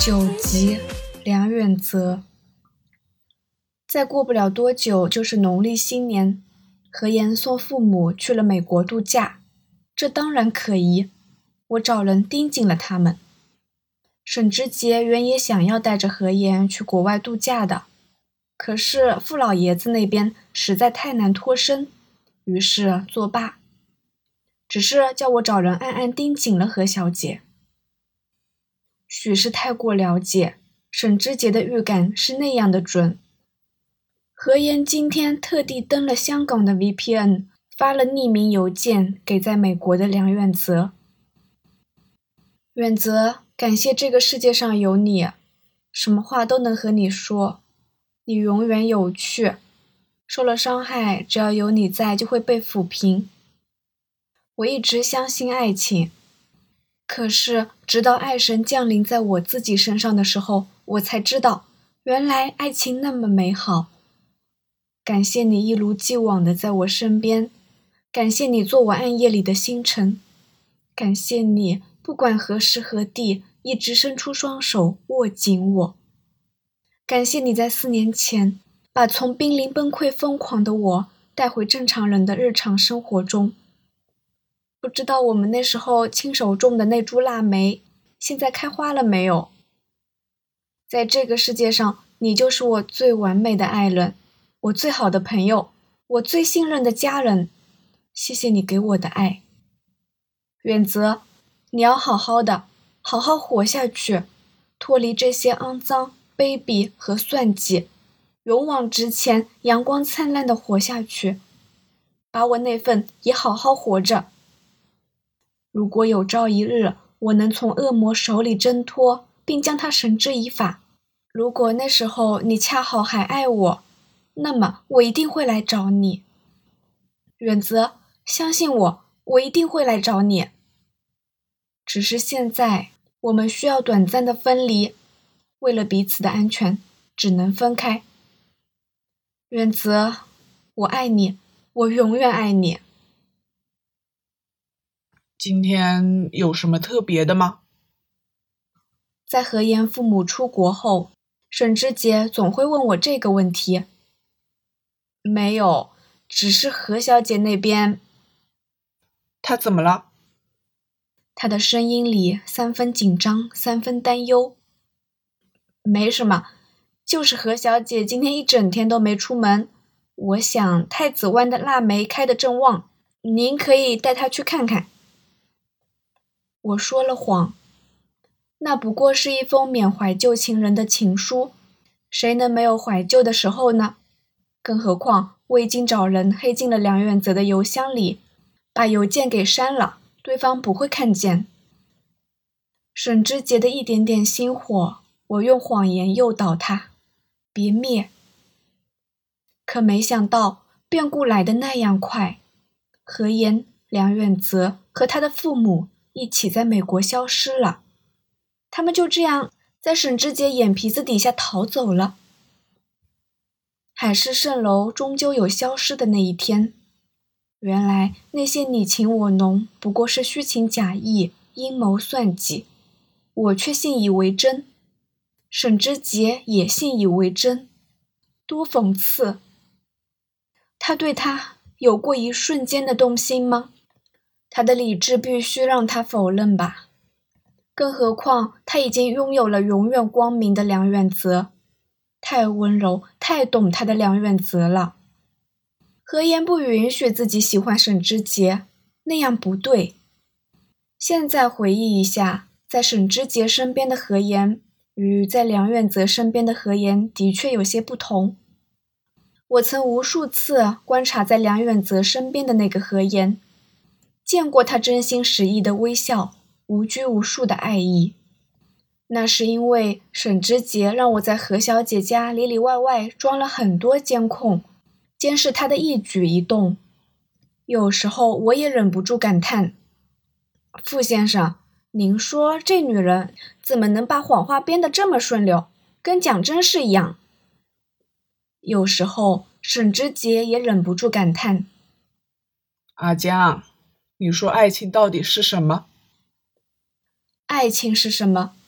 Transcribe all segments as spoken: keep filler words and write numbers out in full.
九集梁远泽。再过不了多久就是农历新年，何言送父母去了美国度假，这当然可疑，我找人盯紧了他们。沈之杰原也想要带着何言去国外度假的，可是傅老爷子那边实在太难脱身，于是作罢，只是叫我找人暗暗盯紧了何小姐。许是太过了解，沈之杰的预感是那样的准。何言今天特地登了香港的 V P N， 发了匿名邮件给在美国的梁远泽。远泽，感谢这个世界上有你，什么话都能和你说，你永远有趣，受了伤害只要有你在就会被抚平。我一直相信爱情，可是直到爱神降临在我自己身上的时候，我才知道原来爱情那么美好。感谢你一如既往的在我身边，感谢你做我暗夜里的星辰，感谢你不管何时何地一直伸出双手握紧我，感谢你在四年前把从濒临崩溃疯狂的我带回正常人的日常生活中。不知道我们那时候亲手种的那株腊梅现在开花了没有？在这个世界上，你就是我最完美的爱人，我最好的朋友，我最信任的家人。谢谢你给我的爱。远泽，你要好好的，好好活下去，脱离这些肮脏、卑鄙和算计，勇往直前，阳光灿烂的活下去，把我那份也好好活着。如果有朝一日我能从恶魔手里挣脱，并将他绳之以法，如果那时候你恰好还爱我，那么我一定会来找你。远泽，相信我，我一定会来找你。只是现在我们需要短暂的分离，为了彼此的安全，只能分开。远泽，我爱你，我永远爱你。 今天有什么特别的吗？ 在何言父母出国后，沈之杰总会问我这个问题。没有，只是何小姐那边…… 她怎么了？ 她的声音里三分紧张，三分担忧。没什么，就是何小姐今天一整天都没出门，我想太子湾的腊梅开得正旺，您可以带她去看看。我说了谎，那不过是一封缅怀旧情人的情书，谁能没有怀旧的时候呢？更何况我已经找人黑进了梁远泽的邮箱里，把邮件给删了，对方不会看见。沈之杰的一点点心火，我用谎言诱导他，别灭。可没想到变故来得那样快，何言、梁远泽和他的父母一起在美国消失了，他们就这样在沈之杰眼皮子底下逃走了。海市蜃楼终究有消失的那一天，原来那些你情我浓不过是虚情假意，阴谋算计，我却信以为真，沈之杰也信以为真，多讽刺。他对他有过一瞬间的动心吗？他的理智必须让他否认吧，更何况他已经拥有了永远光明的梁远泽，太温柔太懂他的梁远泽了。何言不允许自己喜欢沈之杰，那样不对。现在回忆一下，在沈之杰身边的何言与在梁远泽身边的何言的确有些不同。我曾无数次观察在梁远泽身边的那个何言，见过他真心实意的微笑，无拘无束的爱意。那是因为沈之杰让我在何小姐家里里外外装了很多监控，监视她的一举一动。有时候我也忍不住感叹，傅先生，您说这女人怎么能把谎话编得这么顺溜，跟讲真事一样。有时候沈之杰也忍不住感叹， 阿江，你说爱情到底是什么？ 爱情是什么？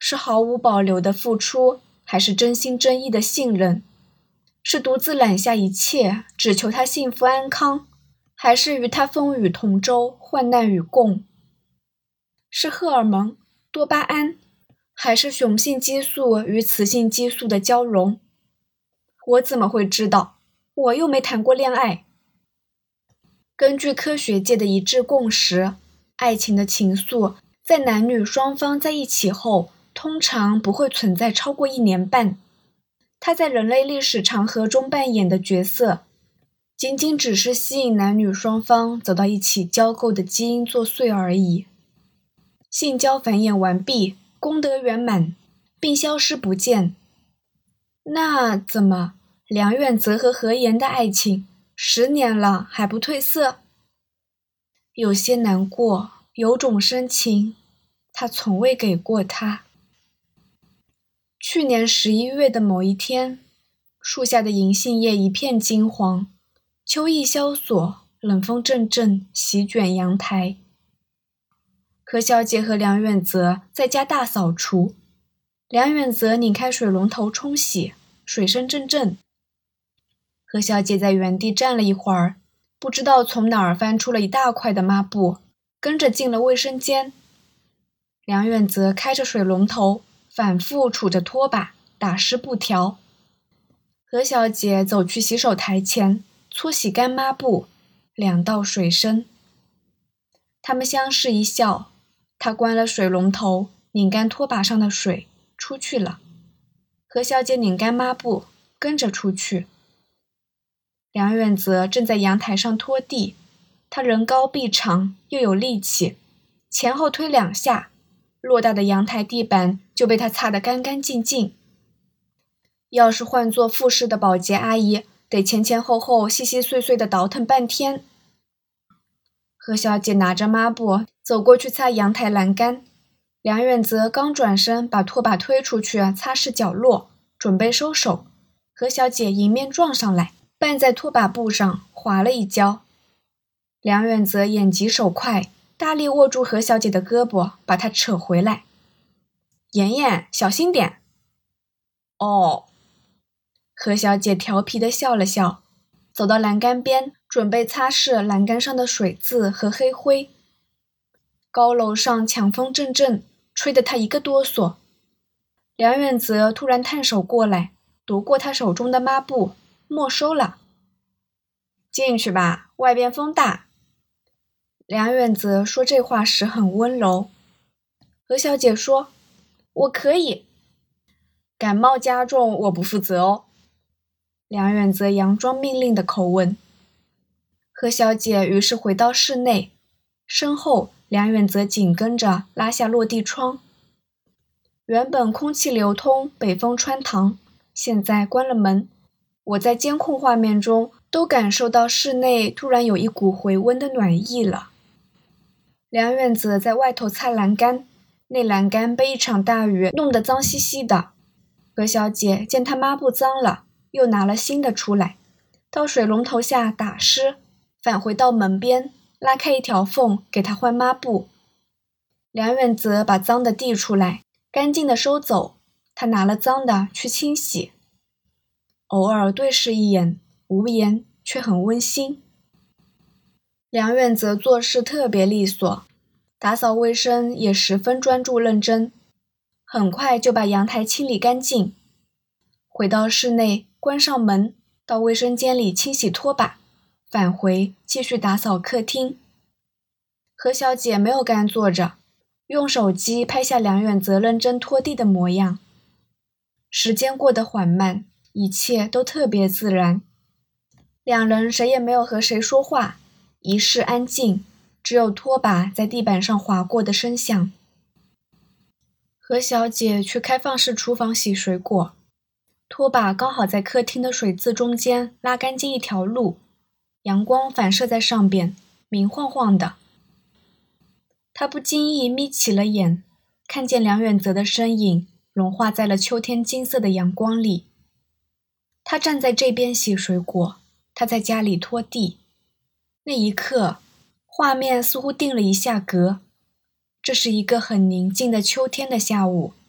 是毫无保留的付出，还是真心真意的信任？是独自揽下一切，只求他幸福安康，还是与他风雨同舟，患难与共？是荷尔蒙、多巴胺，还是雄性激素与雌性激素的交融？我怎么会知道？我又没谈过恋爱。根据科学界的一致共识，爱情的情愫在男女双方在一起后，通常不会存在超过一年半。它在人类历史长河中扮演的角色，仅仅只是吸引男女双方走到一起交媾的基因作祟而已。性交繁衍完毕，功德圆满，并消失不见。那怎么，梁远泽和何言的爱情十年了还不褪色？有些难过，有种深情，他从未给过他。去年十一月的某一天，树下的银杏叶一片金黄，秋意萧索，冷风阵阵席卷阳台。何小姐和梁远泽在家大扫除，梁远泽拧开水龙头冲洗，水声阵阵。何小姐在原地站了一会儿，不知道从哪儿翻出了一大块的抹布，跟着进了卫生间。梁远泽开着水龙头，反复杵着拖把，打湿布条。何小姐走去洗手台前，搓洗干抹布，两道水声。他们相视一笑，她关了水龙头，拧干拖把上的水，出去了。何小姐拧干抹布，跟着出去。梁远泽正在阳台上拖地，他人高臂长，又有力气，前后推两下，偌大的阳台地板就被他擦得干干净净。要是换做复式的保洁阿姨，得前前后后细细碎碎地倒腾半天。何小姐拿着抹布走过去擦阳台栏杆，梁远泽刚转身把拖把推出去擦拭角落，准备收手，何小姐迎面撞上来，绊在拖把布上滑了一跤。梁远泽眼疾手快，大力握住何小姐的胳膊，把她扯回来。妍妍，小心点。哦。何小姐调皮地笑了笑，走到栏杆边，准备擦拭栏杆上的水渍和黑灰。高楼上强风阵阵，吹得她一个哆嗦。梁远泽突然探手过来，夺过她手中的抹布，没收了。进去吧，外边风大。梁远泽说这话时很温柔。何小姐说，我可以。感冒加重我不负责哦。梁远泽佯装命令的口吻。何小姐于是回到室内，身后梁远泽紧跟着拉下落地窗。原本空气流通，北风穿堂，现在关了门，我在监控画面中都感受到室内突然有一股回温的暖意了。梁远泽在外头擦栏杆，那栏杆被一场大雨弄得脏兮兮的。何小姐见他抹布脏了，又拿了新的出来，到水龙头下打湿，返回到门边，拉开一条缝给他换抹布。梁远泽把脏的递出来，干净的收走，他拿了脏的去清洗。偶尔对视一眼，无言却很温馨。梁远泽做事特别利索，打扫卫生也十分专注认真，很快就把阳台清理干净。回到室内，关上门，到卫生间里清洗拖把，返回继续打扫客厅。何小姐没有干坐着，用手机拍下梁远泽认真拖地的模样。时间过得缓慢，一切都特别自然。两人谁也没有和谁说话，一室安静，只有拖把在地板上划过的声响。何小姐去开放式厨房洗水果，拖把刚好在客厅的水渍中间拉干净一条路，阳光反射在上边，明晃晃的。她不经意眯起了眼，看见梁远泽的身影融化在了秋天金色的阳光里。他站在这边洗水果，他在家里拖地。那一刻，画面似乎定了一下格。这是一个很宁静的秋天的下午，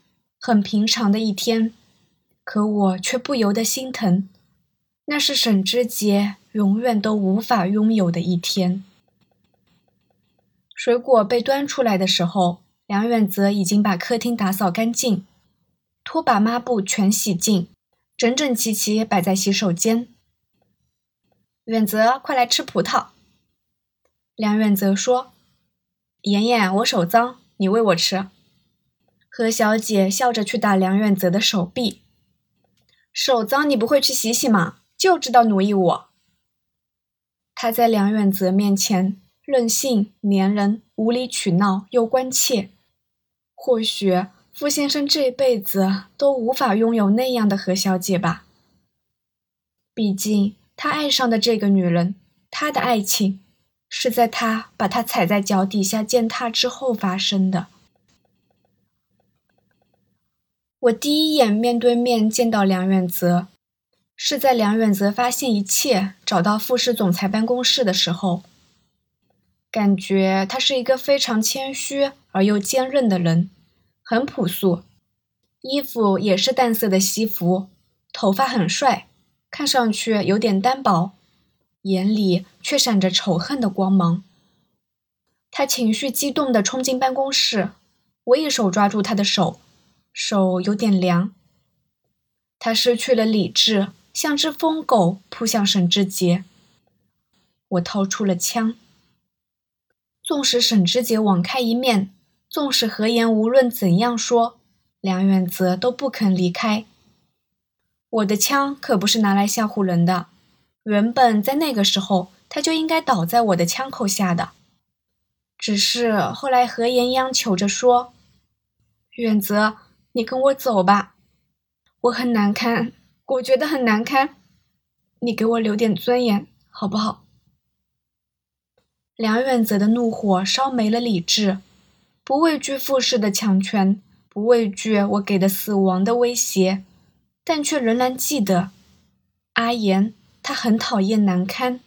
很平常的一天，可我却不由得心疼。那是沈之杰永远都无法拥有的一天。水果被端出来的时候，梁远泽已经把客厅打扫干净，拖把抹布全洗净，整整齐齐摆在洗手间。远泽，快来吃葡萄。梁远泽说：妍妍，我手脏，你喂我吃。何小姐笑着去打梁远泽的手臂。手脏你不会去洗洗吗？就知道奴役我。她在梁远泽面前任性、粘人、无理取闹又关切。或许傅先生这辈子都无法拥有那样的何小姐吧。毕竟他爱上的这个女人，他的爱情是在他把她踩在脚底下践踏之后发生的。我第一眼面对面见到梁远泽，是在梁远泽发现一切找到傅氏总裁办公室的时候。感觉他是一个非常谦虚而又坚韧的人，很朴素，衣服也是淡色的西服，头发很帅，看上去有点单薄，眼里却闪着仇恨的光芒。他情绪激动地冲进办公室，我一手抓住他的手，手有点凉。他失去了理智，像只疯狗扑向沈之杰。我掏出了枪。纵使沈之杰网开一面，纵使何言无论怎样说，梁远泽都不肯离开。我的枪可不是拿来吓唬人的，原本在那个时候他就应该倒在我的枪口下的。只是后来何言央求着说：远泽，你跟我走吧，我很难堪，我觉得很难堪，你给我留点尊严好不好？梁远泽的怒火烧没了理智，不畏惧傅氏的强权，不畏惧我给的死亡的威胁，但却仍然记得阿言，他很讨厌难堪。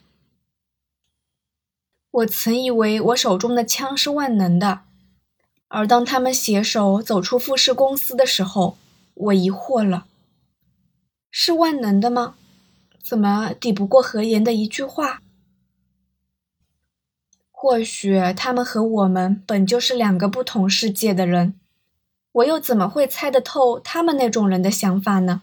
我曾以为我手中的枪是万能的，而当他们携手走出傅氏公司的时候，我疑惑了。是万能的吗？怎么抵不过何言的一句话？或许他们和我们本就是两个不同世界的人，我又怎么会猜得透他们那种人的想法呢？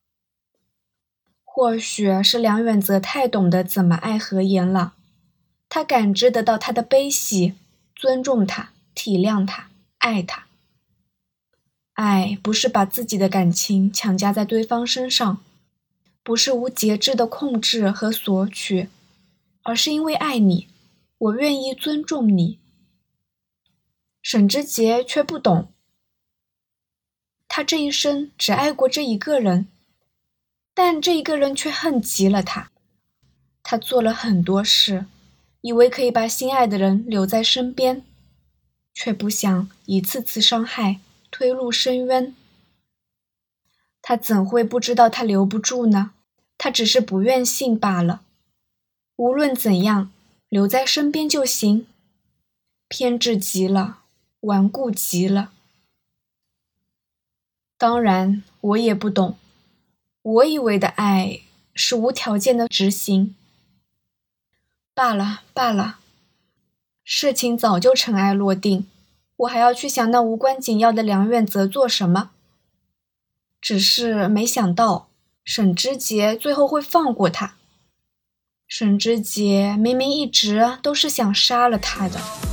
或许是梁远泽太懂得怎么爱何言了，他感知得到他的悲喜，尊重他，体谅他，爱他。爱不是把自己的感情强加在对方身上，不是无节制的控制和索取，而是因为爱你，我愿意尊重你。沈之杰却不懂，他这一生只爱过这一个人，但这一个人却恨极了他。他做了很多事，以为可以把心爱的人留在身边，却不想一次次伤害，推入深渊。他怎会不知道他留不住呢？他只是不愿信罢了。无论怎样，留在身边就行。偏执极了，顽固极了。当然，我也不懂。我以为的爱是无条件的执行。罢了罢了，事情早就尘埃落定，我还要去想那无关紧要的梁远泽做什么？只是没想到沈之杰最后会放过他。沈之杰明明一直都是想杀了他的。